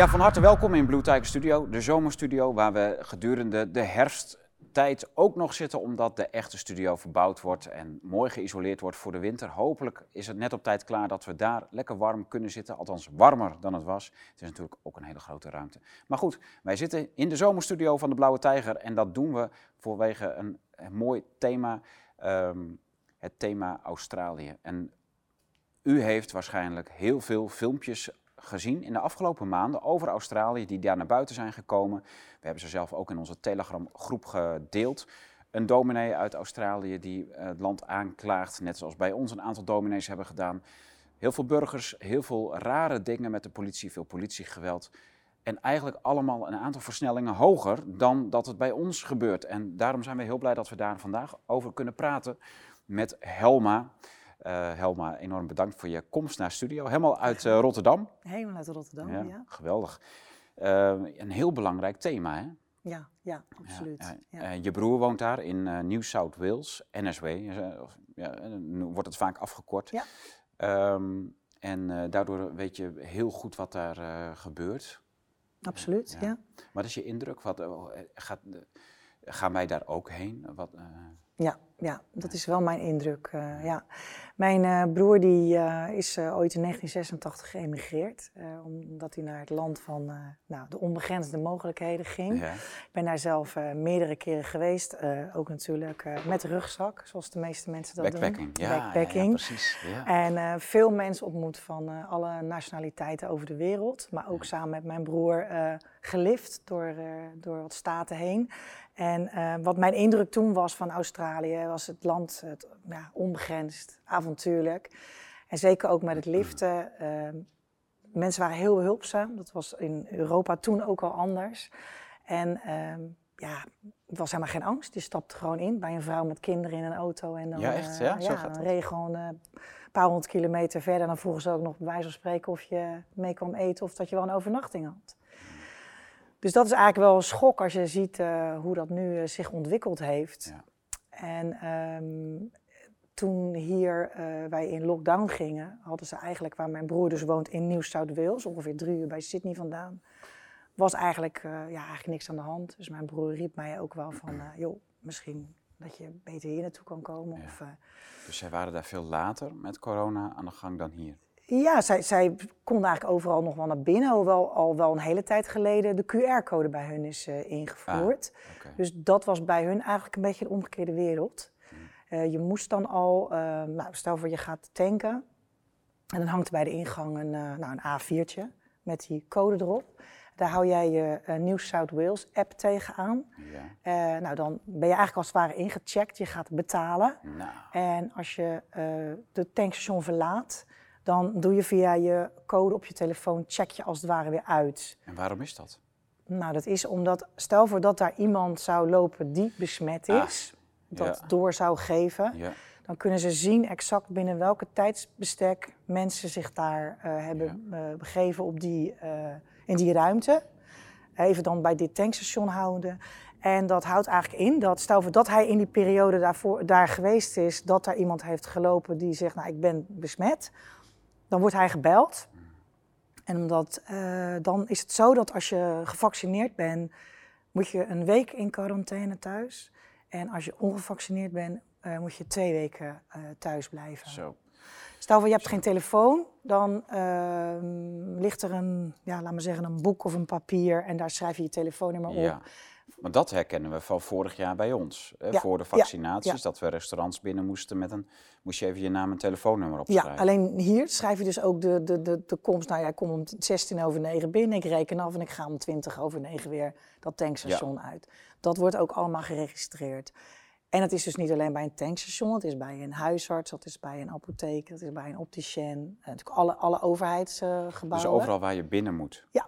Ja, van harte welkom in Blue Tiger Studio, de zomerstudio, waar we gedurende de herfsttijd ook nog zitten, omdat de echte studio verbouwd wordt en mooi geïsoleerd wordt voor de winter. Hopelijk is het net op tijd klaar dat we daar lekker warm kunnen zitten, althans warmer dan het was. Het is natuurlijk ook een hele grote ruimte. Maar goed, wij zitten in de zomerstudio van de Blauwe Tijger en dat doen we vanwege een mooi thema, het thema Australië. En u heeft waarschijnlijk heel veel filmpjes gezien in de afgelopen maanden over Australië die daar naar buiten zijn gekomen. We hebben ze zelf ook in onze Telegram groep gedeeld. Een dominee uit Australië die het land aanklaagt, net zoals bij ons een aantal dominees hebben gedaan. Heel veel burgers, heel veel rare dingen met de politie, veel politiegeweld. En eigenlijk allemaal een aantal versnellingen hoger dan dat het bij ons gebeurt. En daarom zijn we heel blij dat we daar vandaag over kunnen praten met Helma. Helma, enorm bedankt voor je komst naar studio. Helemaal uit Rotterdam. Helemaal uit Rotterdam, ja. Geweldig. Een heel belangrijk thema, hè? Ja, absoluut. Ja. Je broer woont daar in New South Wales, NSW, wordt het vaak afgekort. Ja. En daardoor weet je heel goed wat daar gebeurt. Absoluut, ja. Wat is je indruk? Gaan wij daar ook heen? Ja, dat is wel mijn indruk. Ja. Mijn broer die, is ooit in 1986 geëmigreerd, omdat hij naar het land van de onbegrensde mogelijkheden ging. Ja. Ik ben daar zelf meerdere keren geweest, ook natuurlijk met rugzak, zoals de meeste mensen dat Backpacking. doen. Backpacking, ja, precies. Ja. En veel mensen ontmoet van alle nationaliteiten over de wereld, maar ook samen met mijn broer gelift door wat staten heen. En wat mijn indruk toen was van Australië, was het land onbegrensd, avontuurlijk. En zeker ook met het liften. Mensen waren heel hulpzaam, dat was in Europa toen ook al anders. En het was helemaal geen angst, je stapte gewoon in bij een vrouw met kinderen in een auto. En dan, ja, echt? Ja, zo gaat dan reed je gewoon een paar honderd kilometer verder. En dan vroegen ze ook nog bij wijze van spreken of je mee kwam eten of dat je wel een overnachting had. Dus dat is eigenlijk wel een schok als je ziet hoe dat nu zich ontwikkeld heeft. Ja. En toen hier wij in lockdown gingen, hadden ze eigenlijk, waar mijn broer dus woont in New South Wales, ongeveer 3 uur bij Sydney vandaan, was eigenlijk niks aan de hand. Dus mijn broer riep mij ook wel van, misschien dat je beter hier naartoe kan komen. Ja. Of, dus zij waren daar veel later met corona aan de gang dan hier? Ja, zij konden eigenlijk overal nog wel naar binnen, hoewel al wel een hele tijd geleden de QR-code bij hun is ingevoerd. Okay. Dus dat was bij hun eigenlijk een beetje de omgekeerde wereld. Je moest dan al, stel voor je gaat tanken en dan hangt er bij de ingang een A4'tje met die code erop. Daar hou jij je New South Wales app tegenaan. Ja. Dan ben je eigenlijk als het ware ingecheckt, je gaat betalen. Nou. En als je de tankstation verlaat, dan doe je via je code op je telefoon, check je als het ware weer uit. En waarom is dat? Nou, dat is omdat, stel voor dat daar iemand zou lopen die besmet is, dat door zou geven, dan kunnen ze zien exact binnen welke tijdsbestek mensen zich daar hebben begeven op in die ruimte. Even dan bij dit tankstation houden. En dat houdt eigenlijk in dat, stel voor dat hij in die periode daar geweest is, dat daar iemand heeft gelopen die zegt, ik ben besmet. Dan wordt hij gebeld. En dan is het zo dat als je gevaccineerd bent, moet je een week in quarantaine thuis. En als je ongevaccineerd bent, moet je 2 weken thuis blijven. Zo. Stel voor je hebt geen telefoon, dan ligt er een boek of een papier en daar schrijf je je telefoonnummer op. Ja. Maar dat herkennen we van vorig jaar bij ons. Voor de vaccinaties, dat we restaurants binnen moesten moest je even je naam en telefoonnummer opschrijven. Ja, alleen hier schrijf je dus ook de komst. Nou ja, ik kom om 9:16 binnen, ik reken af en ik ga om 9:20 weer dat tankstation uit. Dat wordt ook allemaal geregistreerd. En het is dus niet alleen bij een tankstation, het is bij een huisarts, dat is bij een apotheek, dat is bij een opticien. Natuurlijk alle overheidsgebouwen. Dus overal waar je binnen moet? Ja.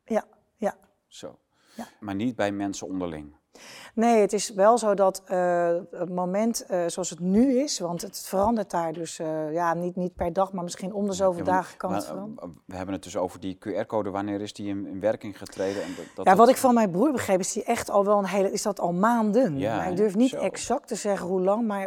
Zo. Ja. Maar niet bij mensen onderling? Nee, het is wel zo dat het moment zoals het nu is, want het verandert daar dus niet per dag, maar misschien om de zoveel dagen kan het veranderen. We hebben het dus over die QR-code, wanneer is die in werking getreden? En wat ik van mijn broer begreep is die echt al wel is dat al maanden. Ja, maar ik durf niet exact te zeggen hoe lang, maar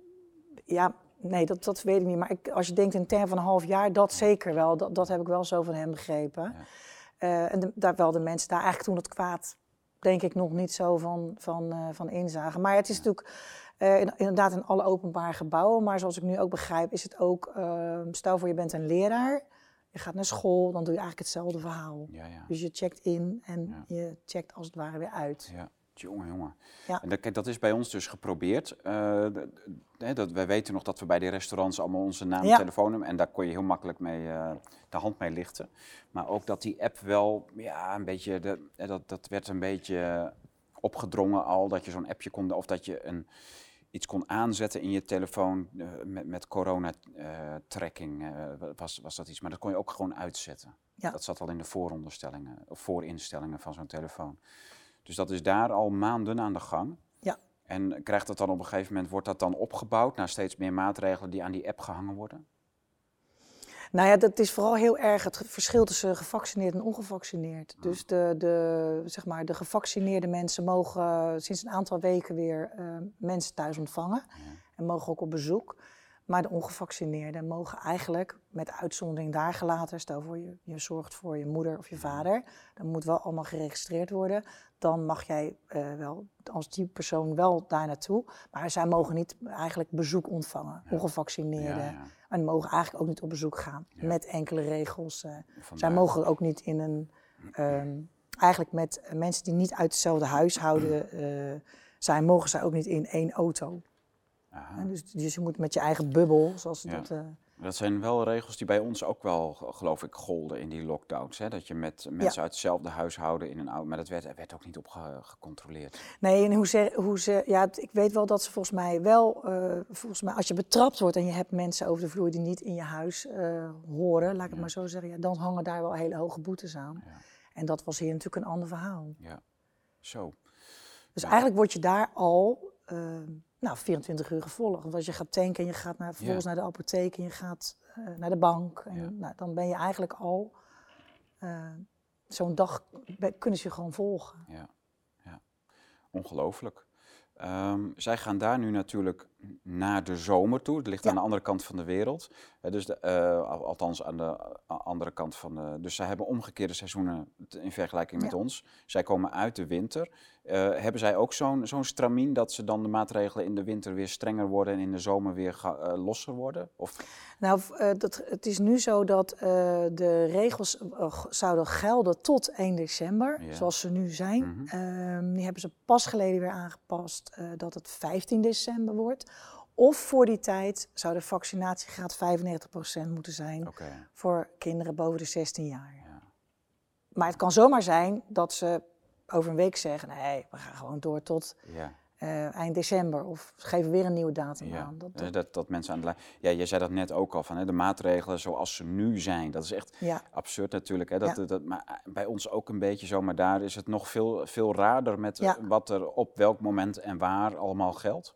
nee, dat weet ik niet. Maar als je denkt in termen van een half jaar, dat zeker wel. Dat heb ik wel zo van hem begrepen. Ja. daar wel de mensen daar eigenlijk toen het kwaad, denk ik, nog niet zo van inzagen. Maar het is natuurlijk inderdaad in alle openbare gebouwen. Maar zoals ik nu ook begrijp, is het ook, stel voor je bent een leraar. Je gaat naar school, dan doe je eigenlijk hetzelfde verhaal. Ja. Dus je checkt in en je checkt als het ware weer uit. Ja. Jongen. Ja. En dat is bij ons dus geprobeerd. Wij weten nog dat we bij die restaurants allemaal onze naam en telefoonnummer... en daar kon je heel makkelijk mee de hand mee lichten. Maar ook dat die app wel een beetje... Dat werd een beetje opgedrongen al, dat je zo'n appje kon... of dat je iets kon aanzetten in je telefoon met corona-tracking. Was dat iets, maar dat kon je ook gewoon uitzetten. Ja. Dat zat al in de voorinstellingen van zo'n telefoon. Dus dat is daar al maanden aan de gang. Ja. En krijgt dat dan op een gegeven moment, wordt dat dan opgebouwd naar steeds meer maatregelen die aan die app gehangen worden? Nou ja, dat is vooral heel erg het verschil tussen gevaccineerd en ongevaccineerd. Dus de gevaccineerde mensen mogen sinds een aantal weken weer mensen thuis ontvangen. Ja. En mogen ook op bezoek. Maar de ongevaccineerden mogen eigenlijk, met uitzondering daar gelaten, stel voor je zorgt voor je moeder of je vader, dan moet wel allemaal geregistreerd worden. Dan mag jij wel als die persoon wel daar naartoe. Maar zij mogen niet eigenlijk bezoek ontvangen, ongevaccineerden. Ja. En mogen eigenlijk ook niet op bezoek gaan, met enkele regels. Zij mogen ook niet in eigenlijk met mensen die niet uit hetzelfde huishouden zijn, mogen zij ook niet in één auto. Dus je moet met je eigen bubbel, zoals ze dat... Dat zijn wel regels die bij ons ook wel, geloof ik, golden in die lockdowns. Hè? Dat je met mensen uit hetzelfde huishouden in een auto... Maar dat werd ook niet op gecontroleerd. Nee, en ik weet wel dat ze volgens mij wel... als je betrapt wordt en je hebt mensen over de vloer die niet in je huis horen... laat ik het maar zo zeggen, dan hangen daar wel hele hoge boetes aan. Ja. En dat was hier natuurlijk een ander verhaal. Ja, zo. Dus eigenlijk word je daar al... 24 uur gevolgd. Want als je gaat tanken en je gaat vervolgens naar de apotheek en je gaat naar de bank. En, dan ben je eigenlijk al... zo'n dag kunnen ze je gewoon volgen. Ja. Ongelooflijk. Zij gaan daar nu natuurlijk naar de zomer toe. Het ligt aan de andere kant van de wereld. Althans aan de andere kant van de... Dus zij hebben omgekeerde seizoenen in vergelijking met ons. Zij komen uit de winter. Hebben zij ook zo'n stramien dat ze dan de maatregelen in de winter weer strenger worden en in de zomer weer losser worden? Of? Nou, het is nu zo dat de regels zouden gelden tot 1 december, zoals ze nu zijn. Mm-hmm. Die hebben ze pas geleden weer aangepast dat het 15 december wordt. Of voor die tijd zou de vaccinatiegraad 95% moeten zijn voor kinderen boven de 16 jaar. Ja. Maar het kan zomaar zijn dat ze over een week zeggen, nee, we gaan gewoon door tot eind december. Of geven weer een nieuwe datum aan. Dat mensen aan de lijn... Ja, jij zei dat net ook al, van de maatregelen zoals ze nu zijn. Dat is echt absurd natuurlijk. Hè? Maar bij ons ook een beetje zo, maar daar is het nog veel raarder met wat er op welk moment en waar allemaal geldt.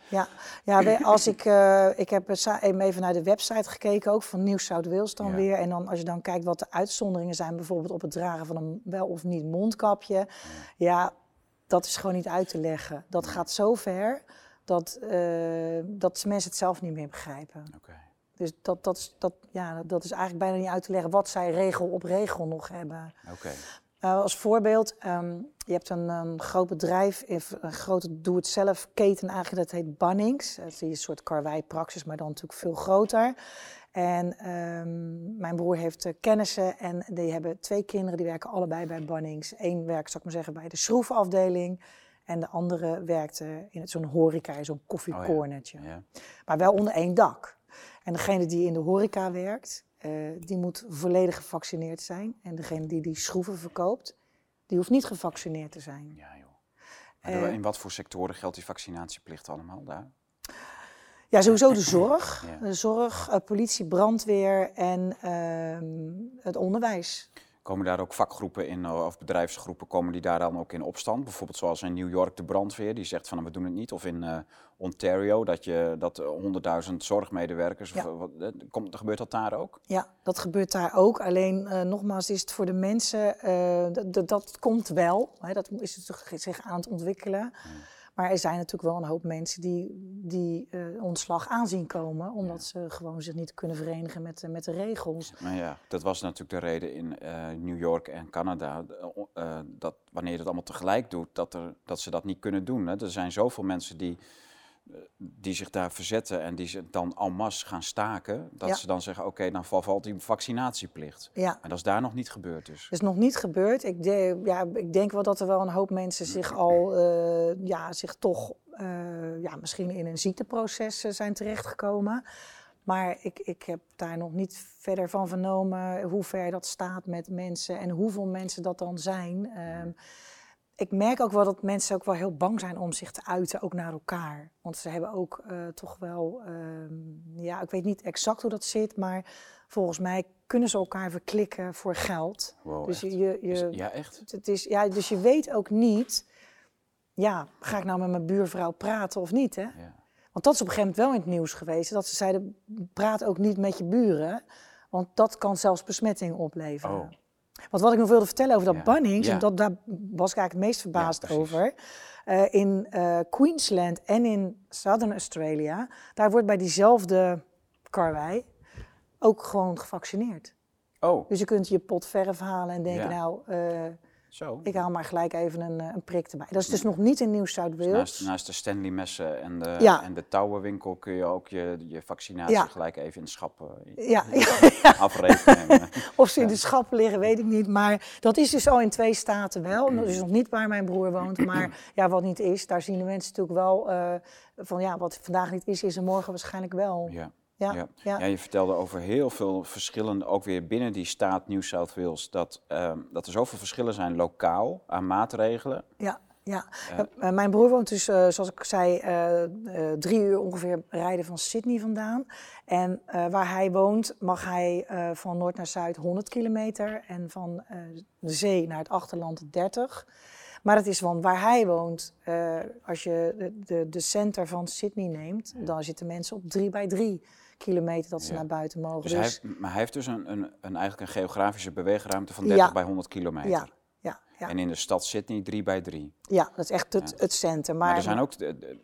Als ik heb even naar de website gekeken, ook van Nieuw South Wales dan weer. En dan, als je dan kijkt wat de uitzonderingen zijn, bijvoorbeeld op het dragen van een wel of niet mondkapje. Dat is gewoon niet uit te leggen. Dat gaat zo ver dat mensen het zelf niet meer begrijpen. Dus dat is eigenlijk bijna niet uit te leggen wat zij regel op regel nog hebben. Als voorbeeld, je hebt een groot bedrijf, een grote doe-het-zelf keten eigenlijk, dat heet Bunnings. Dat is een soort karwei-praxis, maar dan natuurlijk veel groter. En mijn broer heeft kennissen en die hebben 2 kinderen, die werken allebei bij Bunnings. Eén werkt, zal ik maar zeggen, bij de schroefafdeling en de andere werkte in zo'n horeca, zo'n koffiecornertje. Maar wel onder één dak. En degene die in de horeca werkt, die moet volledig gevaccineerd zijn. En degene die schroeven verkoopt, die hoeft niet gevaccineerd te zijn. Ja, joh. Maar in wat voor sectoren geldt die vaccinatieplicht allemaal daar? Ja, sowieso de zorg. De zorg, politie, brandweer en het onderwijs. Komen daar ook vakgroepen in, of bedrijfsgroepen, komen die daar dan ook in opstand? Bijvoorbeeld zoals in New York de brandweer, die zegt van we doen het niet. Of in Ontario, dat 100.000 zorgmedewerkers, gebeurt dat daar ook? Ja, dat gebeurt daar ook. Alleen nogmaals is het voor de mensen, dat komt wel. Hè, dat is het zich aan het ontwikkelen. Maar er zijn natuurlijk wel een hoop mensen die ontslag aanzien komen, omdat ze gewoon zich niet kunnen verenigen met de regels. Maar ja, dat was natuurlijk de reden in New York en Canada, dat wanneer je dat allemaal tegelijk doet, dat ze dat niet kunnen doen. Hè. Er zijn zoveel mensen die zich daar verzetten en die ze dan en masse gaan staken, dat ze dan zeggen, oké, dan valt die vaccinatieplicht. Ja. En dat is daar nog niet gebeurd dus. Dat is nog niet gebeurd. Ik denk wel dat er wel een hoop mensen zich al, misschien in een ziekteproces zijn terechtgekomen. Maar ik heb daar nog niet verder van vernomen hoe ver dat staat met mensen en hoeveel mensen dat dan zijn. Ik merk ook wel dat mensen ook wel heel bang zijn om zich te uiten, ook naar elkaar. Want ze hebben ook toch wel, ik weet niet exact hoe dat zit, maar volgens mij kunnen ze elkaar verklikken voor geld. Wow, dus echt? Ja, echt? Dus je weet ook niet, ga ik nou met mijn buurvrouw praten of niet, hè? Ja. Want dat is op een gegeven moment wel in het nieuws geweest, dat ze zeiden, praat ook niet met je buren, want dat kan zelfs besmetting opleveren. Oh. Want wat ik nog wilde vertellen over dat Bunnings, en daar was ik eigenlijk het meest verbaasd over. In Queensland en in Southern Australia, daar wordt bij diezelfde karwei ook gewoon gevaccineerd. Oh. Dus je kunt je pot verf halen en denken, ik haal maar gelijk even een prik erbij. Dat is dus nog niet in New South Wales. Dus naast de Stanley-messen en de touwenwinkel kun je ook je vaccinatie gelijk even in de schappen afrekenen. Of ze in de schappen liggen, weet ik niet. Maar dat is dus al in 2 staten wel. Dat is nog niet waar mijn broer woont. Maar wat niet is, daar zien de mensen natuurlijk wel wat vandaag niet is er morgen waarschijnlijk wel. Ja, je vertelde over heel veel verschillen, ook weer binnen die staat New South Wales, dat er zoveel verschillen zijn lokaal aan maatregelen. Mijn broer woont dus, zoals ik zei, 3 uur ongeveer rijden van Sydney vandaan. En waar hij woont mag hij van noord naar zuid 100 kilometer en van de zee naar het achterland 30. Maar het is van waar hij woont, als je de center van Sydney neemt, dan zitten mensen op 3 bij 3 kilometer dat ze naar buiten mogen. Dus hij heeft dus eigenlijk een geografische beweegruimte van 30 bij 100 kilometer. Ja. En in de stad Sydney 3 bij 3. Ja, dat is echt het center. Maar er zijn ook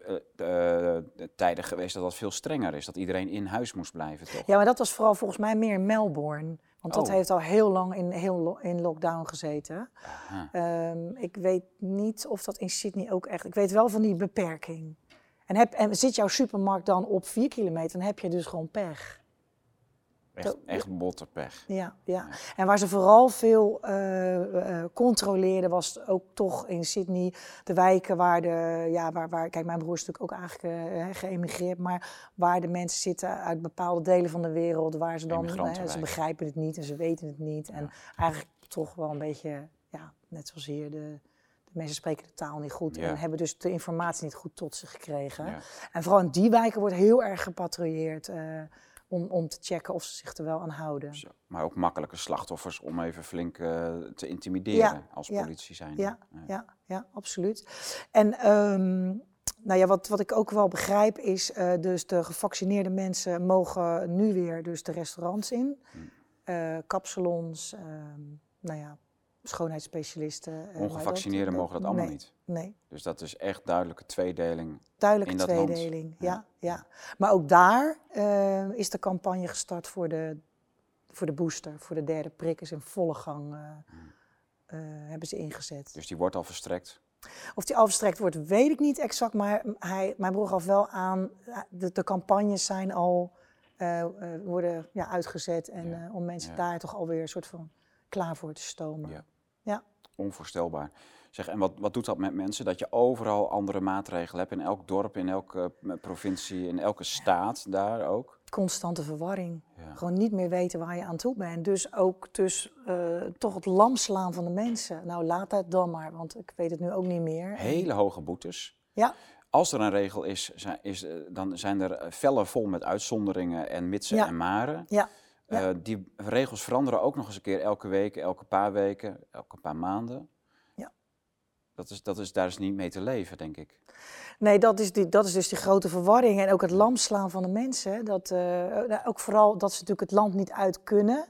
de tijden geweest dat veel strenger is, dat iedereen in huis moest blijven, toch? Ja, maar dat was vooral volgens mij meer in Melbourne. Want dat heeft al heel lang in lockdown gezeten. Ik weet niet of dat in Sydney ook echt... Ik weet wel van die beperking. En zit jouw supermarkt dan op 4 kilometer, dan heb je dus gewoon pech. Echt botte pech. Ja. En waar ze vooral veel controleerden was ook toch in Sydney de wijken waar kijk, mijn broer is natuurlijk ook eigenlijk geëmigreerd, maar waar de mensen zitten uit bepaalde delen van de wereld, waar ze dan, ze begrijpen het niet en ze weten het niet. Ja. En eigenlijk toch wel een beetje, net zoals hier, de mensen spreken de taal niet goed en hebben dus de informatie niet goed tot zich gekregen. Ja. En vooral in die wijken wordt heel erg gepatrouilleerd. Om te checken of ze zich er wel aan houden. Zo, maar ook makkelijke slachtoffers om even flink te intimideren als politie zijn. Ja, absoluut. En wat ik ook wel begrijp is, dus de gevaccineerde mensen mogen nu weer dus de restaurants in. Kapsalons, schoonheidsspecialisten. Ongevaccineerden mogen dat allemaal niet? Nee. Dus dat is echt duidelijke tweedeling. Duidelijke tweedeling, ja. Maar ook daar is de campagne gestart voor de booster, voor de 3e prik is in volle gang hebben ze ingezet. Dus die wordt al verstrekt? Of die al verstrekt wordt, weet ik niet exact, maar mijn broer gaf wel aan, de campagnes zijn al, worden uitgezet en om mensen daar toch alweer een soort van klaar voor te stomen. Ja. Onvoorstelbaar. Zeg, en wat doet dat met mensen? Dat je overal andere maatregelen hebt, in elk dorp, in elke provincie, in elke staat daar ook? Constante verwarring. Ja. Gewoon niet meer weten waar je aan toe bent. Dus ook toch het lam slaan van de mensen. Nou, laat het dan maar, want ik weet het nu ook niet meer. Hele hoge boetes. Ja. Als er een regel is, dan zijn er vellen vol met uitzonderingen en mitsen en maren. Ja. Die regels veranderen ook nog eens een keer elke week, elke paar weken, elke paar maanden. Ja. Daar is niet mee te leven, denk ik. Nee, dat is dus die grote verwarring en ook het lamslaan van de mensen. Ook vooral dat ze natuurlijk het land niet uit kunnen.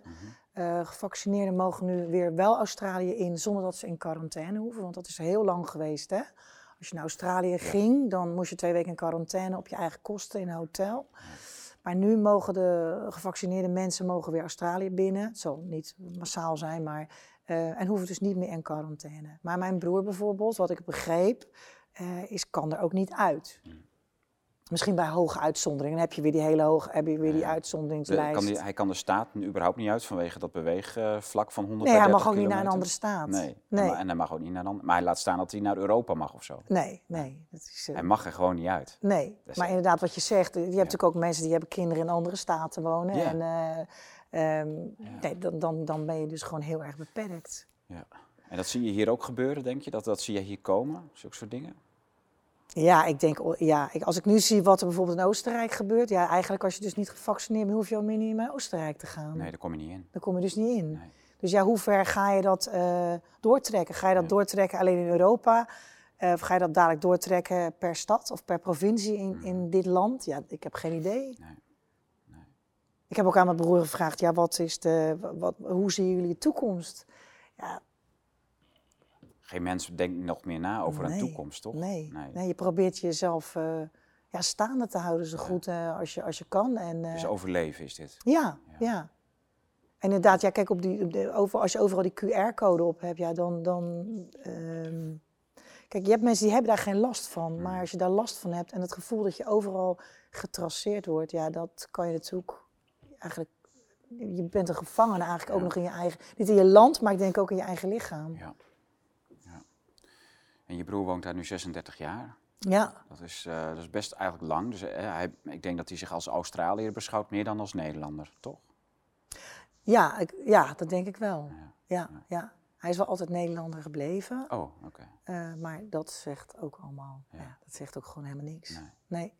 Gevaccineerden mogen nu weer wel Australië in zonder dat ze in quarantaine hoeven, want dat is heel lang geweest, hè? Als je naar Australië ging, dan moest je 2 weken in quarantaine op je eigen kosten in een hotel. Maar nu mogen de gevaccineerde mensen weer Australië binnen. Het zal niet massaal zijn, maar... en hoeven dus niet meer in quarantaine. Maar mijn broer bijvoorbeeld, wat ik begreep, kan er ook niet uit. Misschien bij hoge uitzonderingen. Dan heb je weer die hele hoge, die uitzonderingslijst. Hij kan de staat überhaupt niet uit vanwege dat beweegvlak van 130 kilometer. Nee, hij mag ook niet naar een andere staat. Nee. En hij mag ook niet naar een andere. Maar hij laat staan dat hij naar Europa mag of zo. Nee. Dat is, hij mag er gewoon niet uit. Nee, maar inderdaad wat je zegt. Je hebt natuurlijk ook mensen die hebben kinderen in andere staten wonen. Ja. En dan ben je dus gewoon heel erg beperkt. Ja. En dat zie je hier ook gebeuren, denk je? Dat zie je hier komen, zulke soort dingen? Ja, ik denk, als ik nu zie wat er bijvoorbeeld in Oostenrijk gebeurt... Ja, eigenlijk als je dus niet gevaccineerd bent, hoef je ook meer niet naar Oostenrijk te gaan. Nee, daar kom je niet in. Daar kom je dus niet in. Nee. Dus ja, hoe ver ga je dat doortrekken? Ga je dat doortrekken alleen in Europa? Of ga je dat dadelijk doortrekken per stad of per provincie in dit land? Ja, ik heb geen idee. Nee. Ik heb ook aan mijn broer gevraagd, ja, hoe zien jullie de toekomst? Ja... Geen mens denkt nog meer na over een toekomst, toch? Nee, je probeert jezelf staande te houden zo goed als je kan. En, dus overleven is dit? Ja. En inderdaad, ja, kijk, als je overal die QR-code op hebt, ja, kijk, je hebt mensen die hebben daar geen last van. Maar als je daar last van hebt en het gevoel dat je overal getraceerd wordt, ja, dat kan je natuurlijk eigenlijk... Je bent een gevangene eigenlijk ook nog in je eigen... Niet in je land, maar ik denk ook in je eigen lichaam. Ja. En je broer woont daar nu 36 jaar. Ja. Dat is best eigenlijk lang. Dus ik denk dat hij zich als Australiër beschouwt meer dan als Nederlander, toch? Ja, dat denk ik wel. Ja. Hij is wel altijd Nederlander gebleven. Oh, oké. Maar dat zegt ook allemaal... Ja, dat zegt ook gewoon helemaal niks. Nee.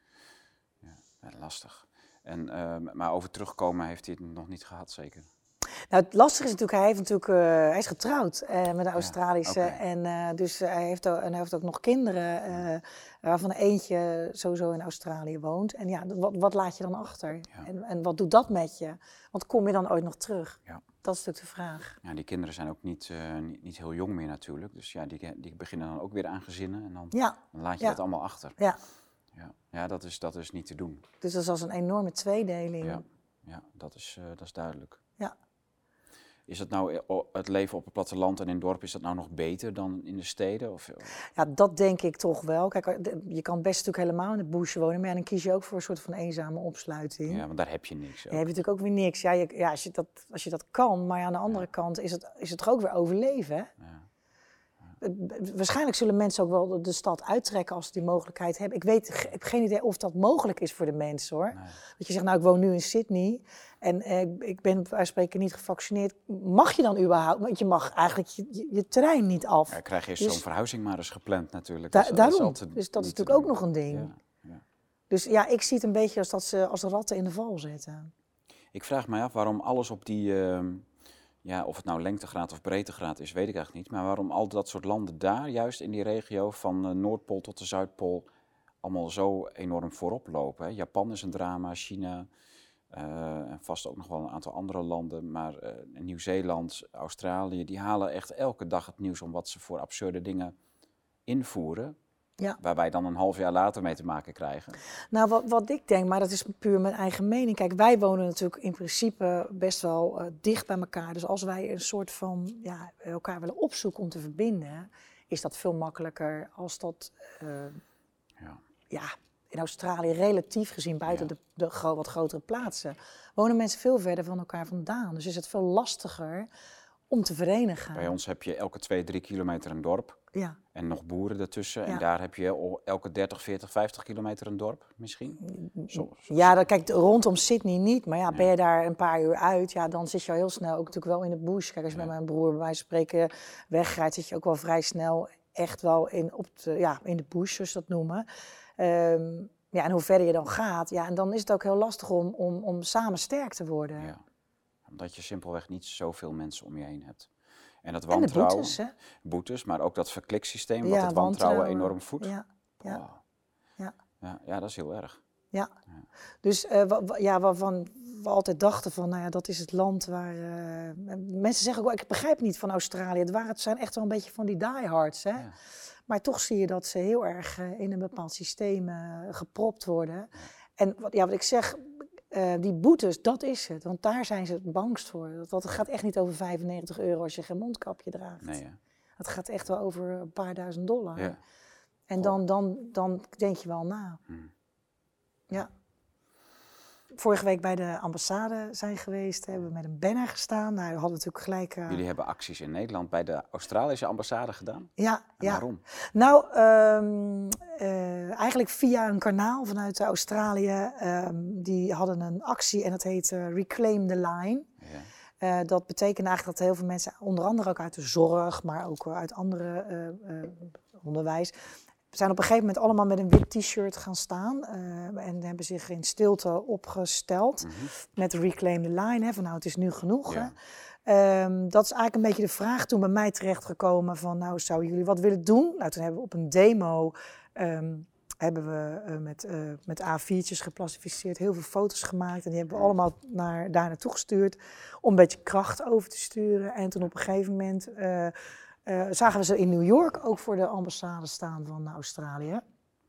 Ja, lastig. Maar over terugkomen heeft hij het nog niet gehad, zeker? Nou, het lastige is natuurlijk, hij is getrouwd met een Australische. En dus hij heeft ook nog kinderen, waarvan eentje sowieso in Australië woont. En ja, wat laat je dan achter? Ja. En wat doet dat met je? Want kom je dan ooit nog terug? Ja. Dat is natuurlijk de vraag. Ja, die kinderen zijn ook niet heel jong meer natuurlijk. Dus ja, die beginnen dan ook weer aan gezinnen. En dan laat je dat allemaal achter. Ja, dat is niet te doen. Dus dat is als een enorme tweedeling. Ja, dat is duidelijk. Ja. Is het nou het leven op het platteland en in het dorp, is dat nou nog beter dan in de steden? Ja, dat denk ik toch wel. Kijk, je kan best natuurlijk helemaal in het bush wonen, maar dan kies je ook voor een soort van eenzame opsluiting. Ja, want daar heb je niks. Daar heb je natuurlijk ook weer niks. Ja, als je dat kan, maar aan de andere kant is het toch ook weer overleven, hè? Ja. Waarschijnlijk zullen mensen ook wel de stad uittrekken als ze die mogelijkheid hebben. Ik heb geen idee of dat mogelijk is voor de mensen, hoor. Nee. Dat je zegt, nou, ik woon nu in Sydney en ik ben bij spreken niet gevaccineerd. Mag je dan überhaupt? Want je mag eigenlijk je terrein niet af. Ja, krijg je zo'n verhuizing maar eens gepland natuurlijk. Daarom. Dus dat is natuurlijk ook nog een ding. Ja. Dus ja, ik zie het een beetje als dat ze als ratten in de val zitten. Ik vraag mij af waarom alles op die... of het nou lengtegraad of breedtegraad is, weet ik eigenlijk niet. Maar waarom al dat soort landen daar, juist in die regio, van de Noordpool tot de Zuidpool, allemaal zo enorm voorop lopen. Hè? Japan is een drama, China, en vast ook nog wel een aantal andere landen. Maar Nieuw-Zeeland, Australië, die halen echt elke dag het nieuws om wat ze voor absurde dingen invoeren. Ja. Waar wij dan een half jaar later mee te maken krijgen. Nou, wat ik denk, maar dat is puur mijn eigen mening. Kijk, wij wonen natuurlijk in principe best wel dicht bij elkaar. Dus als wij een soort van elkaar willen opzoeken om te verbinden, is dat veel makkelijker als dat in Australië relatief gezien buiten de wat grotere plaatsen wonen mensen veel verder van elkaar vandaan. Dus is het veel lastiger om te verenigen. Bij ons heb je elke 2-3 kilometer een dorp. Ja. En nog boeren ertussen. Ja. En daar heb je elke 30, 40, 50 kilometer een dorp misschien. Ja, kijk, rondom Sydney niet. Maar ben je daar een paar uur uit, dan zit je al heel snel ook natuurlijk wel in de bush. Kijk, als je met mijn broer bij wijze van spreken wegrijdt, zit je ook wel vrij snel echt wel in de bush, zoals ze dat noemen. En hoe verder je dan gaat, en dan is het ook heel lastig om samen sterk te worden. Ja. Omdat je simpelweg niet zoveel mensen om je heen hebt. En dat wantrouwen, en de boetes, maar ook dat verkliksysteem wat het wantrouwen enorm voedt. Ja, dat is heel erg. Ja. Dus waarvan we altijd dachten van, dat is het land waar... mensen zeggen ook, ik begrijp niet van Australië. Het zijn echt wel een beetje van die diehards, hè. Ja. Maar toch zie je dat ze heel erg in een bepaald systeem gepropt worden. En wat ik zeg, die boetes, dat is het. Want daar zijn ze het bangst voor. Dat gaat echt niet over €95 als je geen mondkapje draagt. Nee, ja. Het gaat echt wel over een paar $1000. Ja. En dan denk je wel na. Ja. Vorige week bij de ambassade zijn geweest, hebben we met een banner gestaan. Nou, we hadden natuurlijk gelijk... Jullie hebben acties in Nederland bij de Australische ambassade gedaan? Ja. Waarom? Nou, eigenlijk via een kanaal vanuit Australië. Die hadden een actie en dat heet Reclaim the Line. Ja. Dat betekent eigenlijk dat heel veel mensen, onder andere ook uit de zorg, maar ook uit andere onderwijs, zijn op een gegeven moment allemaal met een wit t-shirt gaan staan en hebben zich in stilte opgesteld met Reclaim the Line. Hè, van nou, het is nu genoeg. Ja. Dat is eigenlijk een beetje de vraag toen bij mij terechtgekomen van nou, zouden jullie wat willen doen? Nou, toen hebben we op een demo hebben we met A4'tjes geplastificeerd heel veel foto's gemaakt en die hebben we allemaal daar naartoe gestuurd om een beetje kracht over te sturen. En toen op een gegeven moment zagen we ze in New York ook voor de ambassade staan van Australië.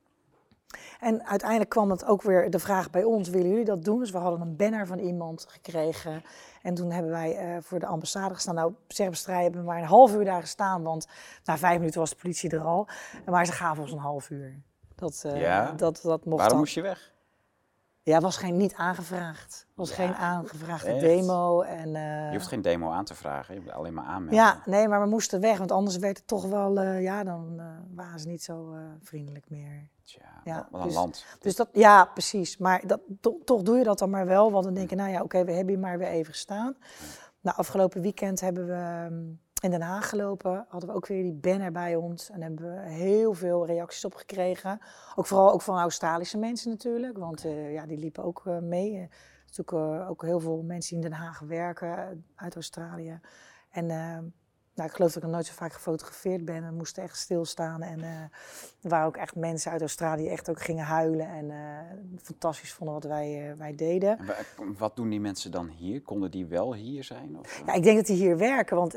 En uiteindelijk kwam het ook weer de vraag bij ons, willen jullie dat doen? Dus we hadden een banner van iemand gekregen. En toen hebben wij voor de ambassade gestaan. Nou, Serbestrij hebben we maar een half uur daar gestaan, want na 5 minuten was de politie er al. Maar ze gaven ons een half uur. Dat mocht. Waarom moest je weg? Ja, was niet aangevraagd. Geen aangevraagde demo. En, je hoeft geen demo aan te vragen, je moet alleen maar aanmelden. Ja, nee, maar we moesten weg, want anders werd het toch wel, dan waren ze niet zo vriendelijk meer. Tja, wat een land. Dus dat, ja, precies. Maar toch doe je dat dan maar wel, want dan denk je, nou ja, oké, we hebben hier maar weer even gestaan. Nou, afgelopen weekend hebben we in Den Haag gelopen, hadden we ook weer die banner bij ons en hebben we heel veel reacties op gekregen. Vooral ook van Australische mensen natuurlijk, want die liepen ook mee. Er zijn natuurlijk ook heel veel mensen die in Den Haag werken uit Australië. En ik geloof dat ik nog nooit zo vaak gefotografeerd ben. We moesten echt stilstaan. En er waren ook echt mensen uit Australië die echt ook gingen huilen. En fantastisch vonden wat wij deden. En wat doen die mensen dan hier? Konden die wel hier zijn? Of? Ja, ik denk dat die hier werken. Want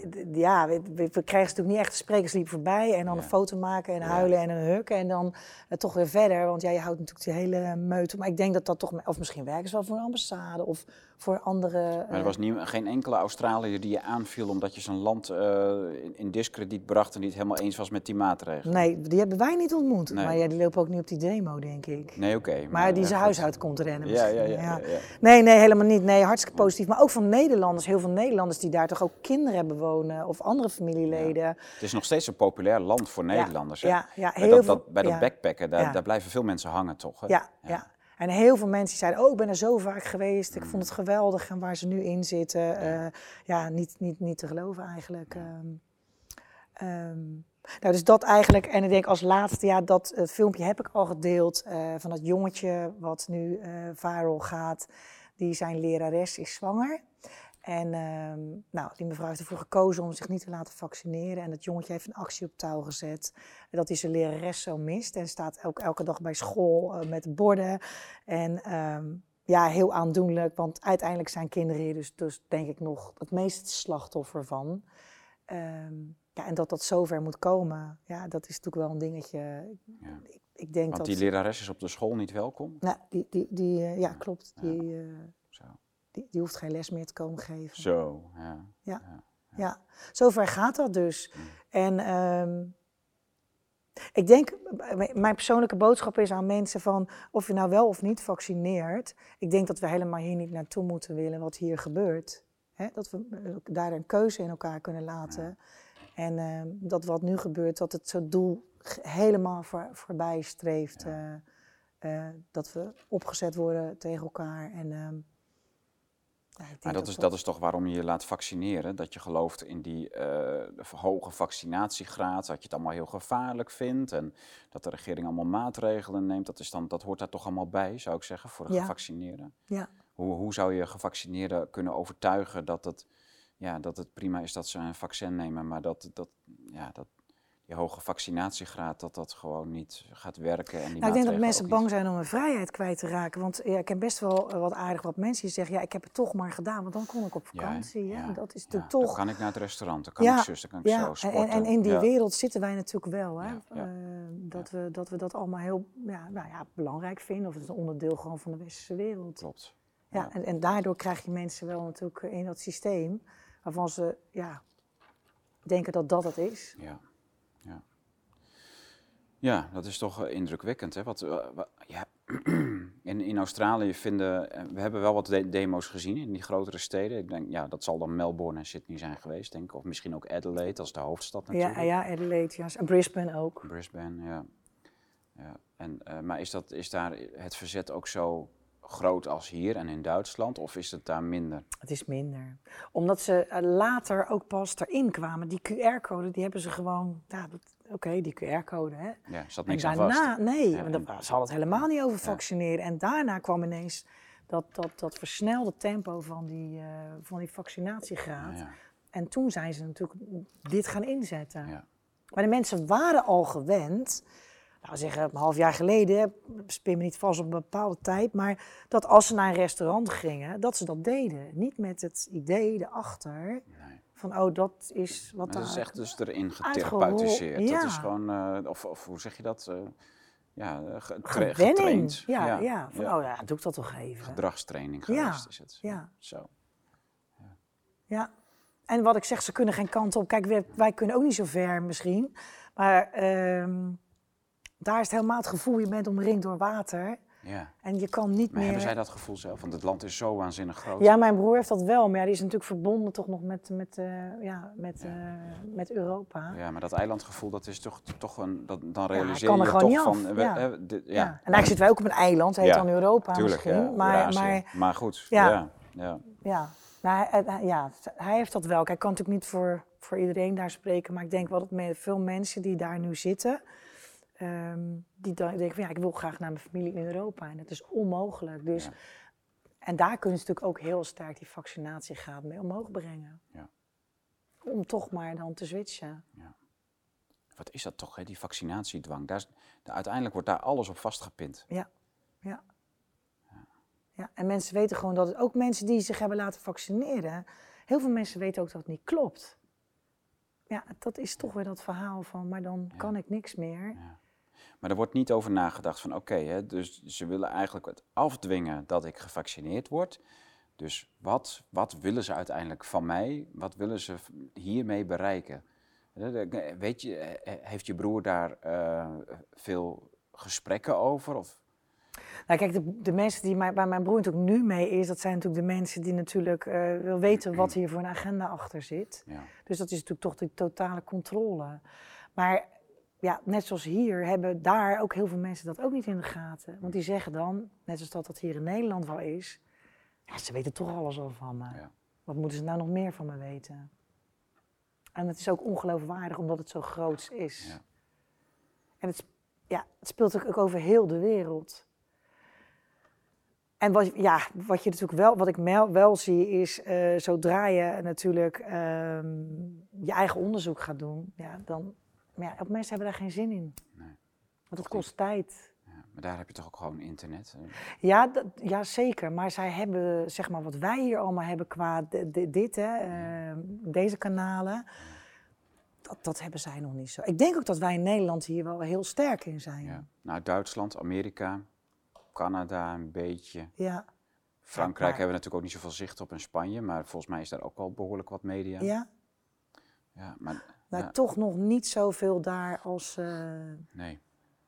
we krijgen ze natuurlijk niet echt te spreken. Ze liepen voorbij en dan een foto maken en huilen en een huk. En dan toch weer verder. Want je houdt natuurlijk die hele meute. Maar ik denk dat toch... Of misschien werken ze wel voor een ambassade of voor andere... Maar er was geen enkele Australiër die je aanviel omdat je zijn land in diskrediet bracht en niet helemaal eens was met die maatregelen? Nee, die hebben wij niet ontmoet. Nee. Maar die lopen ook niet op die demo, denk ik. Nee, oké. Maar die zijn huis uit komt rennen misschien. Ja. Nee, helemaal niet. Nee, hartstikke positief. Maar ook van Nederlanders, heel veel Nederlanders die daar toch ook kinderen hebben wonen of andere familieleden. Ja. Het is nog steeds een populair land voor Nederlanders. Hè? Ja, bij dat backpacken, daar blijven veel mensen hangen toch? Hè? Ja. En heel veel mensen zeiden, ik ben er zo vaak geweest, ik vond het geweldig en waar ze nu in zitten, niet te geloven eigenlijk. Nou, dus dat eigenlijk, en ik denk als laatste, het filmpje heb ik al gedeeld van dat jongetje wat nu viral gaat, die zijn lerares is zwanger. En die mevrouw heeft ervoor gekozen om zich niet te laten vaccineren. En dat jongetje heeft een actie op touw gezet. Dat hij zijn lerares zo mist. En staat elke dag bij school met borden. En heel aandoenlijk. Want uiteindelijk zijn kinderen hier dus denk ik nog het meest slachtoffer van. En dat zover moet komen. Ja, dat is natuurlijk wel een dingetje. Ja. Ik denk want die lerares is op de school niet welkom? Nou, klopt. Die hoeft geen les meer te komen geven. Zo, ja. Zover gaat dat dus. En ik denk, mijn persoonlijke boodschap is aan mensen van of je nou wel of niet vaccineert. Ik denk dat we helemaal hier niet naartoe moeten willen wat hier gebeurt. Hè? Dat we daar een keuze in elkaar kunnen laten. Ja. En dat wat nu gebeurt, dat het zo'n doel helemaal voorbij streeft. Ja. Dat we opgezet worden tegen elkaar. En maar dat is toch waarom je je laat vaccineren? Dat je gelooft in die hoge vaccinatiegraad, dat je het allemaal heel gevaarlijk vindt en dat de regering allemaal maatregelen neemt. Dat hoort daar toch allemaal bij, zou ik zeggen, voor de gevaccineerden. Ja. Hoe zou je gevaccineerden kunnen overtuigen dat het prima is dat ze een vaccin nemen, maar dat je hoge vaccinatiegraad, dat gewoon niet gaat werken. En die ik denk dat mensen bang zijn om hun vrijheid kwijt te raken. Want ik heb best wel wat aardig wat mensen die zeggen, ik heb het toch maar gedaan, want dan kom ik op vakantie. Ja, dat is natuurlijk toch... Dan kan ik naar het restaurant, dan kan ik zus, dan kan ik zo sporten. En in die wereld zitten wij natuurlijk wel. Hè? Dat we dat allemaal heel belangrijk vinden. Of het is een onderdeel gewoon van de westerse wereld. Klopt. Ja, en daardoor krijg je mensen wel natuurlijk in dat systeem waarvan ze denken dat het is. Ja, dat is toch indrukwekkend. Hè? In Australië we hebben wel wat demo's gezien in die grotere steden. Ik denk, dat zal dan Melbourne en Sydney zijn geweest, denk ik. Of misschien ook Adelaide, als de hoofdstad natuurlijk. Ja, Adelaide, ja. En Brisbane ook. Brisbane, ja. Maar is daar het verzet ook zo groot als hier en in Duitsland, of is het daar minder? Het is minder. Omdat ze later ook pas erin kwamen. Die QR-code, die hebben ze gewoon... die QR-code, hè. Ja, zat niks aan vast. Nee, ze hadden het helemaal niet over vaccineren. En daarna kwam ineens dat versnelde tempo van die vaccinatiegraad. Ja. En toen zijn ze natuurlijk dit gaan inzetten. Ja. Maar de mensen waren al gewend... zeggen een half jaar geleden, spin me niet vast op een bepaalde tijd, maar dat als ze naar een restaurant gingen, dat ze dat deden. Niet met het idee erachter van, dat is wat daar... Dat is echt dus erin getherapeutiseerd. Ja. Dat is gewoon, of hoe zeg je dat? Getraind. Ja. Doe ik dat toch even. Gedragstraining geweest is het. Ja. Zo. Ja. En wat ik zeg, ze kunnen geen kant op. Kijk, wij kunnen ook niet zo ver misschien, maar... daar is het helemaal het gevoel, je bent omringd door water. Ja. En je kan niet meer... hebben zij dat gevoel zelf? Want het land is zo waanzinnig groot. Ja, mijn broer heeft dat wel. Maar die is natuurlijk verbonden toch nog met Europa. Ja, maar dat eilandgevoel, dat is toch een... Dan realiseer je toch van... En eigenlijk zitten wij ook op een eiland, heet dan Europa. Tuurlijk, misschien. Maar goed, ja. Hij heeft dat wel. Hij kan natuurlijk niet voor iedereen daar spreken. Maar ik denk wel dat met veel mensen die daar nu zitten... die dan denken van ik wil graag naar mijn familie in Europa en dat is onmogelijk. Dus, en daar kunnen ze natuurlijk ook heel sterk die vaccinatiegraad mee omhoog brengen. Ja. Om toch maar dan te switchen. Ja. Wat is dat toch, hè? Die vaccinatiedwang? Uiteindelijk wordt daar alles op vastgepind. Ja. En mensen weten gewoon dat ook mensen die zich hebben laten vaccineren, heel veel mensen weten ook dat het niet klopt. Ja, dat is toch weer dat verhaal van, maar dan kan ik niks meer. Ja. Maar er wordt niet over nagedacht van dus ze willen eigenlijk het afdwingen dat ik gevaccineerd word. Dus wat willen ze uiteindelijk van mij? Wat willen ze hiermee bereiken? Weet je, heeft je broer daar veel gesprekken over? Of? Nou kijk, de mensen waar mijn broer natuurlijk nu mee is, dat zijn natuurlijk de mensen die natuurlijk wil weten wat hier voor een agenda achter zit. Ja. Dus dat is natuurlijk toch die totale controle. Maar net zoals hier hebben daar ook heel veel mensen dat ook niet in de gaten. Want die zeggen dan, net zoals dat hier in Nederland wel is, ze weten toch alles al van me. Ja. Wat moeten ze nou nog meer van me weten? En het is ook ongeloofwaardig omdat het zo groots is. Ja. En het speelt ook over heel de wereld. En wat je natuurlijk wat ik wel zie is, zodra je natuurlijk je eigen onderzoek gaat doen, op mensen hebben daar geen zin in. Nee. Want het kost tijd. Ja, maar daar heb je toch ook gewoon internet? Ja, zeker. Maar zij hebben, zeg maar, wat wij hier allemaal hebben qua deze kanalen, dat hebben zij nog niet zo. Ik denk ook dat wij in Nederland hier wel heel sterk in zijn. Ja. Nou, Duitsland, Amerika, Canada een beetje. Ja. Frankrijk hebben we natuurlijk ook niet zoveel zicht op en Spanje, maar volgens mij is daar ook wel behoorlijk wat media. Ja. Ja, maar toch nog niet zoveel daar als... Nee.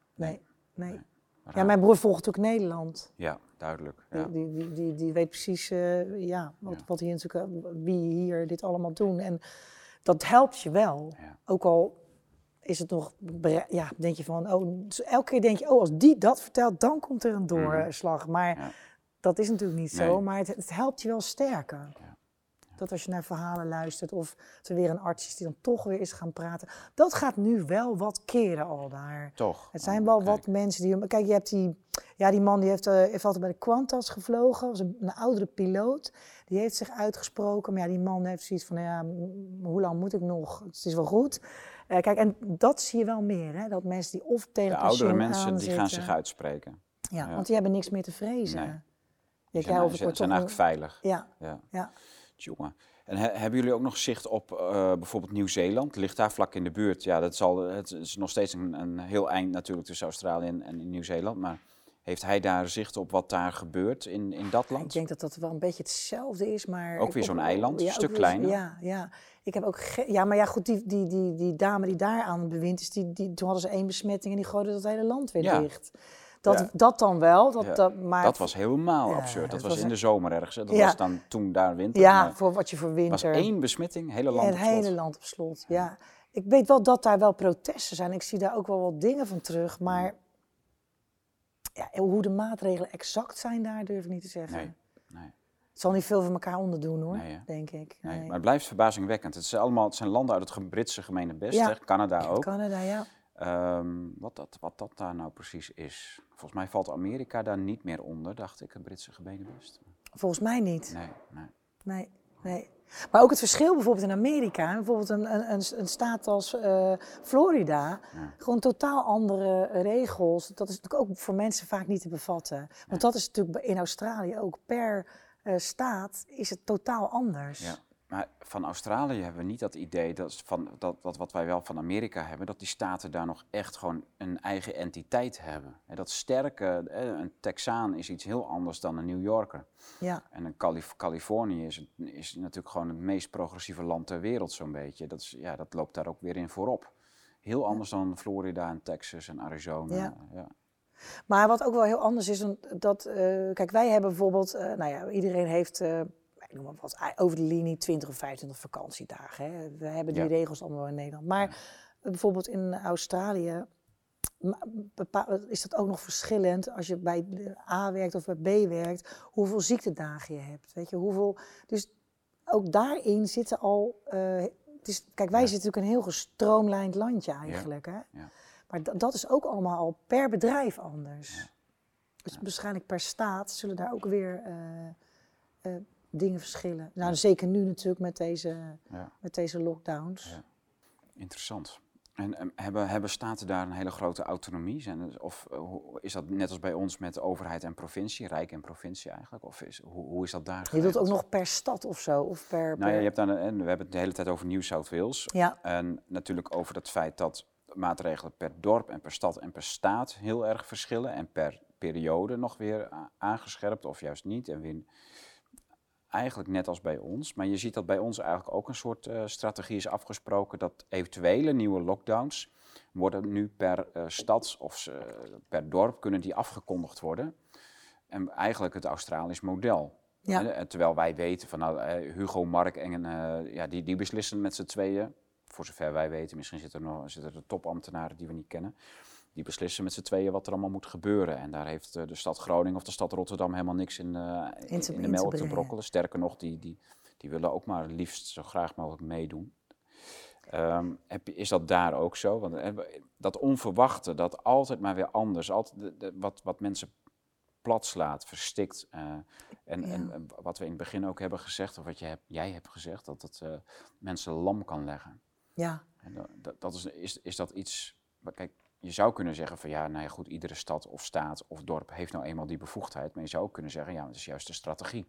Ja, mijn broer volgt natuurlijk Nederland. Ja, duidelijk. Ja. Die weet precies wat hier natuurlijk, wie hier dit allemaal doen. En dat helpt je wel. Ja. Ook al is het nog, denk je van, elke keer denk je, als die dat vertelt, dan komt er een doorslag. Maar dat is natuurlijk niet zo, maar het helpt je wel sterker. Ja. Dat als je naar verhalen luistert of er weer een arts is die dan toch weer is gaan praten. Dat gaat nu wel wat keren al daar. Toch? Het zijn wel wat mensen die... Kijk, je hebt die man die heeft altijd bij de Qantas gevlogen. Was een oudere piloot. Die heeft zich uitgesproken. Maar ja, die man heeft zoiets van, ja, hoe lang moet ik nog? Het is wel goed. Kijk, en dat zie je wel meer. Hè? Dat mensen die of tegen de oudere mensen die gaan zich uitspreken. Ja, want die hebben niks meer te vrezen. Nee. Ze zijn eigenlijk veilig. Ja. Tjonge. En hebben jullie ook nog zicht op bijvoorbeeld Nieuw-Zeeland? Ligt daar vlak in de buurt? Ja, het is nog steeds een heel eind natuurlijk tussen Australië en Nieuw-Zeeland. Maar heeft hij daar zicht op wat daar gebeurt in dat land? Ik denk dat dat wel een beetje hetzelfde is, maar... Ook weer zo'n eiland, een stuk kleiner? Ja. Ik heb ook maar ja, goed, die dame die daar aan het bewind is, toen hadden ze 1 besmetting en die gooiden dat hele land weer dicht. Dat dan wel. Maar dat was helemaal absurd. Dat was in de zomer ergens. Dat was dan toen daar winter. Ja, voor wat je voor winter... was 1 besmetting, hele land op slot. Het hele land op slot, ja. Ik weet wel dat daar wel protesten zijn. Ik zie daar ook wel wat dingen van terug. Maar hoe de maatregelen exact zijn daar, durf ik niet te zeggen. Nee. Het zal niet veel van elkaar onderdoen, hoor, denk ik. Nee. Maar het blijft verbazingwekkend. Het zijn landen uit het Britse gemeenebest, hè? Canada ook. Canada, ja. Wat dat daar nou precies is. Volgens mij valt Amerika daar niet meer onder, dacht ik, het Britse gemeenebest. Volgens mij niet. Nee. Maar ook het verschil bijvoorbeeld in Amerika, bijvoorbeeld een staat als Florida, gewoon totaal andere regels. Dat is natuurlijk ook voor mensen vaak niet te bevatten. Want dat is natuurlijk in Australië ook per staat is het totaal anders. Ja. Maar van Australië hebben we niet dat idee, dat wat wij wel van Amerika hebben, dat die staten daar nog echt gewoon een eigen entiteit hebben. En dat sterke, een Texaan is iets heel anders dan een New Yorker. Ja. En een Californië is natuurlijk gewoon het meest progressieve land ter wereld zo'n beetje. Dat loopt daar ook weer in voorop. Heel anders dan Florida en Texas en Arizona. Ja. Maar wat ook wel heel anders is, kijk, wij hebben bijvoorbeeld, iedereen heeft... ik noem maar wat, over de linie 20 of 25 vakantiedagen. Hè. We hebben die regels allemaal in Nederland. Maar bijvoorbeeld in Australië is dat ook nog verschillend als je bij A werkt of bij B werkt, hoeveel ziektedagen je hebt. Weet je, hoeveel, dus ook daarin zitten al... kijk, wij zitten natuurlijk een heel gestroomlijnd landje eigenlijk. Hè. Ja. Maar dat is ook allemaal al per bedrijf anders. Ja. Dus waarschijnlijk per staat zullen daar ook weer... dingen verschillen. Nou, zeker nu natuurlijk met deze lockdowns. Ja. Interessant. En hebben staten daar een hele grote autonomie? Of is dat net als bij ons met overheid en provincie, rijk en provincie eigenlijk? Of hoe is dat daar geregeld? Je doet ook nog per stad of zo? Of je hebt we hebben het de hele tijd over New South Wales. Ja. En natuurlijk over het feit dat maatregelen per dorp en per stad en per staat heel erg verschillen. En per periode nog weer aangescherpt of juist niet. En weer... Eigenlijk net als bij ons, maar je ziet dat bij ons eigenlijk ook een soort strategie is afgesproken dat eventuele nieuwe lockdowns worden nu per stad of per dorp kunnen die afgekondigd worden. En eigenlijk het Australisch model. Ja. Terwijl wij weten van Hugo, Mark en die beslissen met z'n tweeën, voor zover wij weten, misschien zitten er topambtenaren die we niet kennen. Die beslissen met z'n tweeën wat er allemaal moet gebeuren. En daar heeft de stad Groningen of de stad Rotterdam helemaal niks in de melk te brokkelen. Sterker nog, die willen ook maar liefst zo graag mogelijk meedoen. Is dat daar ook zo? Want dat onverwachte, dat altijd maar weer anders, altijd wat mensen plat slaat, verstikt. En wat we in het begin ook hebben gezegd, of wat jij hebt gezegd, dat het mensen lam kan leggen. Ja. En is dat iets... Kijk, je zou kunnen zeggen van goed, iedere stad of staat of dorp heeft nou eenmaal die bevoegdheid. Maar je zou ook kunnen zeggen, het is juist de strategie.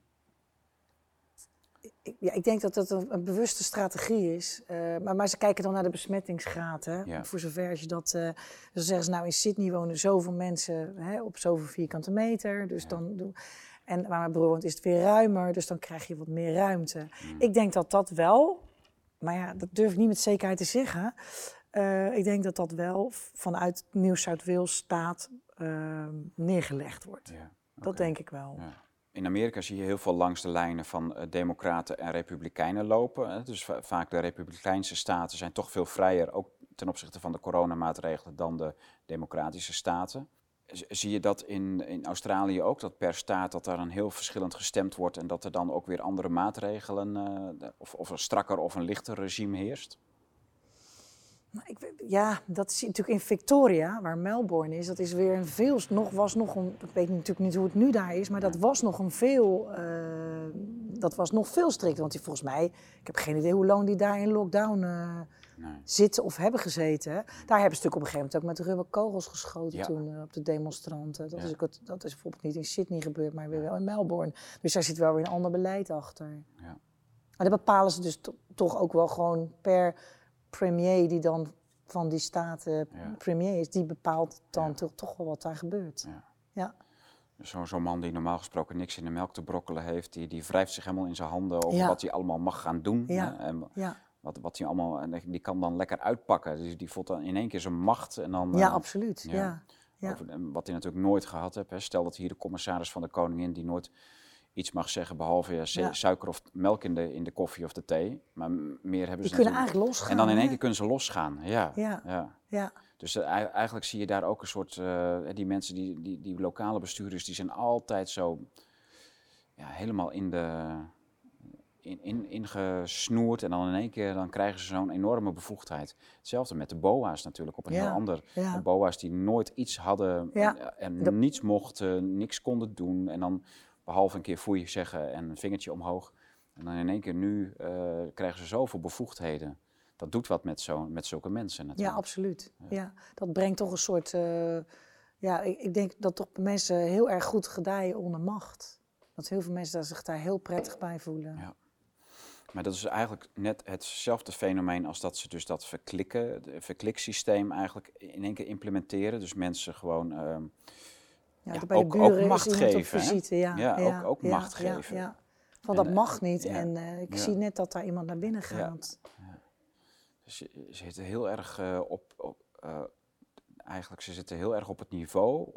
Ik denk dat dat een bewuste strategie is. Maar ze kijken dan naar de besmettingsgraad. Hè? Ja. Voor zover als je dat... dan zeggen ze, in Sydney wonen zoveel mensen op zoveel vierkante meter. Dus dan... En waar mijn broer woont is het weer ruimer, dus dan krijg je wat meer ruimte. Ik denk dat wel... Maar dat durf ik niet met zekerheid te zeggen... ik denk dat wel vanuit New South Wales staat neergelegd wordt. Ja, dat denk ik wel. Ja. In Amerika zie je heel veel langs de lijnen van democraten en republikeinen lopen. Hè. Dus vaak de republikeinse staten zijn toch veel vrijer, ook ten opzichte van de coronamaatregelen, dan de democratische staten. Zie je dat in Australië ook, dat per staat dat daar dan heel verschillend gestemd wordt en dat er dan ook weer andere maatregelen of een strakker of een lichter regime heerst? Dat is natuurlijk in Victoria, waar Melbourne is. Dat is weer ik weet natuurlijk niet hoe het nu daar is, maar dat was nog veel strikter. Want volgens mij, ik heb geen idee hoe lang die daar in lockdown zitten of hebben gezeten. Daar hebben ze natuurlijk op een gegeven moment ook met ruwe kogels geschoten toen op de demonstranten. Dat is bijvoorbeeld niet in Sydney gebeurd, maar weer wel in Melbourne. Dus daar zit wel weer een ander beleid achter. Ja. Maar dat bepalen ze dus toch ook wel gewoon per premier die dan van die staten premier is, die bepaalt dan toch wel wat daar gebeurt. Ja. Zo'n man die normaal gesproken niks in de melk te brokkelen heeft, die wrijft zich helemaal in zijn handen over wat hij allemaal mag gaan doen. Ja. Hè? En wat hij allemaal, en die kan dan lekker uitpakken. Dus die voelt dan in één keer zijn macht. En dan, ja, absoluut. Ja. Wat hij natuurlijk nooit gehad heeft. Hè. Stel dat hier de commissaris van de koningin die nooit iets mag zeggen behalve suiker of melk in de koffie of de thee. Maar meer hebben ze die kunnen eigenlijk losgaan. En dan in één keer kunnen ze losgaan. Ja. Dus eigenlijk zie je daar ook een soort... die mensen, die lokale bestuurders, die zijn altijd zo helemaal ingesnoerd. En dan in één keer dan krijgen ze zo'n enorme bevoegdheid. Hetzelfde met de BOA's natuurlijk, op een heel ander. De BOA's die nooit iets hadden en niets mochten, niks konden doen. En dan behalve een keer foei zeggen en een vingertje omhoog. En dan in één keer nu krijgen ze zoveel bevoegdheden. Dat doet wat met zulke mensen natuurlijk. Ja, absoluut. Ja, dat brengt toch een soort... ik denk dat toch mensen heel erg goed gedijen onder macht. Dat heel veel mensen zich daar heel prettig bij voelen. Ja. Maar dat is eigenlijk net hetzelfde fenomeen als dat ze dus dat verkliksysteem eigenlijk in één keer implementeren. Dus mensen gewoon ook macht geven. Visite, ook macht geven. Ja. Van dat mag niet en ik zie net dat daar iemand naar binnen gaat. Ja. Dus ze zitten heel erg eigenlijk ze zitten heel erg op het niveau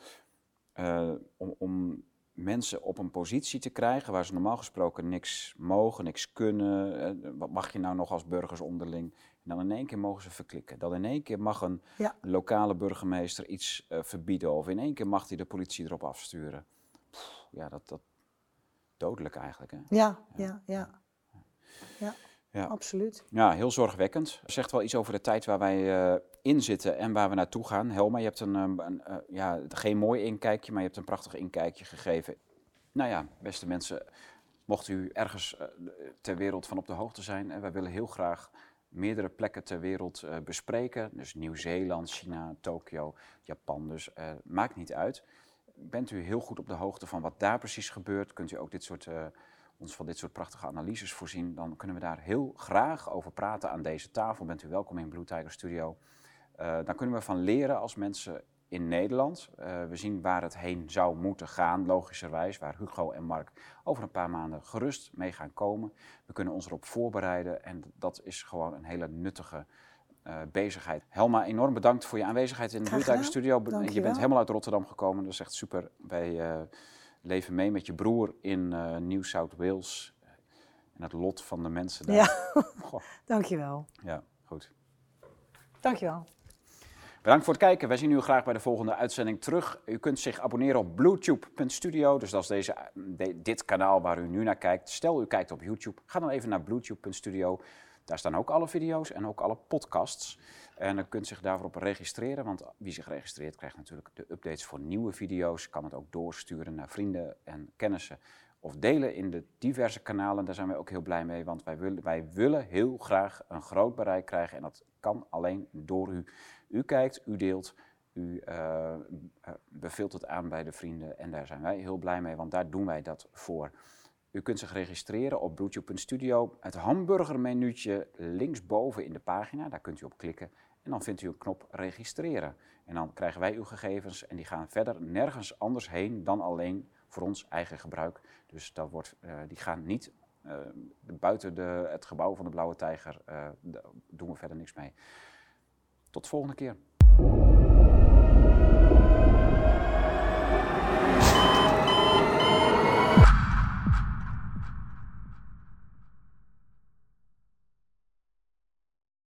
om mensen op een positie te krijgen waar ze normaal gesproken niks mogen, niks kunnen. Wat mag je nou nog als burgers onderling? En dan in één keer mogen ze verklikken. Dan in één keer mag een lokale burgemeester iets verbieden. Of in één keer mag hij de politie erop afsturen. Dat dodelijk eigenlijk. Hè? Ja, absoluut. Ja, heel zorgwekkend. Het zegt wel iets over de tijd waar wij in zitten en waar we naartoe gaan. Helma, je hebt geen mooi inkijkje, maar je hebt een prachtig inkijkje gegeven. Nou ja, beste mensen, mocht u ergens ter wereld van op de hoogte zijn, wij willen heel graag meerdere plekken ter wereld bespreken. Dus Nieuw-Zeeland, China, Tokio, Japan, dus maakt niet uit. Bent u heel goed op de hoogte van wat daar precies gebeurt, kunt u ook ons van dit soort prachtige analyses voorzien, dan kunnen we daar heel graag over praten aan deze tafel. Bent u welkom in Blue Tiger Studio. Dan kunnen we van leren als mensen in Nederland. We zien waar het heen zou moeten gaan, logischerwijs, waar Hugo en Mark over een paar maanden gerust mee gaan komen. We kunnen ons erop voorbereiden en dat is gewoon een hele nuttige bezigheid. Helma, enorm bedankt voor je aanwezigheid in de Blue Tiger Studio. Je bent helemaal uit Rotterdam gekomen, dat is echt super. Wij leven mee met je broer in New South Wales en het lot van de mensen daar. Ja, dankjewel. Ja, goed. Dankjewel. Bedankt voor het kijken. Wij zien u graag bij de volgende uitzending terug. U kunt zich abonneren op bluetube.studio. Dus dat is dit kanaal waar u nu naar kijkt. Stel u kijkt op YouTube, ga dan even naar bluetube.studio. Daar staan ook alle video's en ook alle podcasts. En u kunt zich daarvoor op registreren, want wie zich registreert krijgt natuurlijk de updates voor nieuwe video's. Kan het ook doorsturen naar vrienden en kennissen of delen in de diverse kanalen. Daar zijn wij ook heel blij mee, want wij willen heel graag een groot bereik krijgen. En dat kan alleen door u. U kijkt, u deelt, u beveelt het aan bij de vrienden. En daar zijn wij heel blij mee, want daar doen wij dat voor. U kunt zich registreren op bluetube.studio. Het hamburgermenuutje linksboven in de pagina, daar kunt u op klikken. En dan vindt u een knop registreren. En dan krijgen wij uw gegevens en die gaan verder nergens anders heen dan alleen voor ons eigen gebruik. Dus die gaan niet buiten het gebouw van de Blauwe Tijger, doen we verder niks mee. Tot de volgende keer.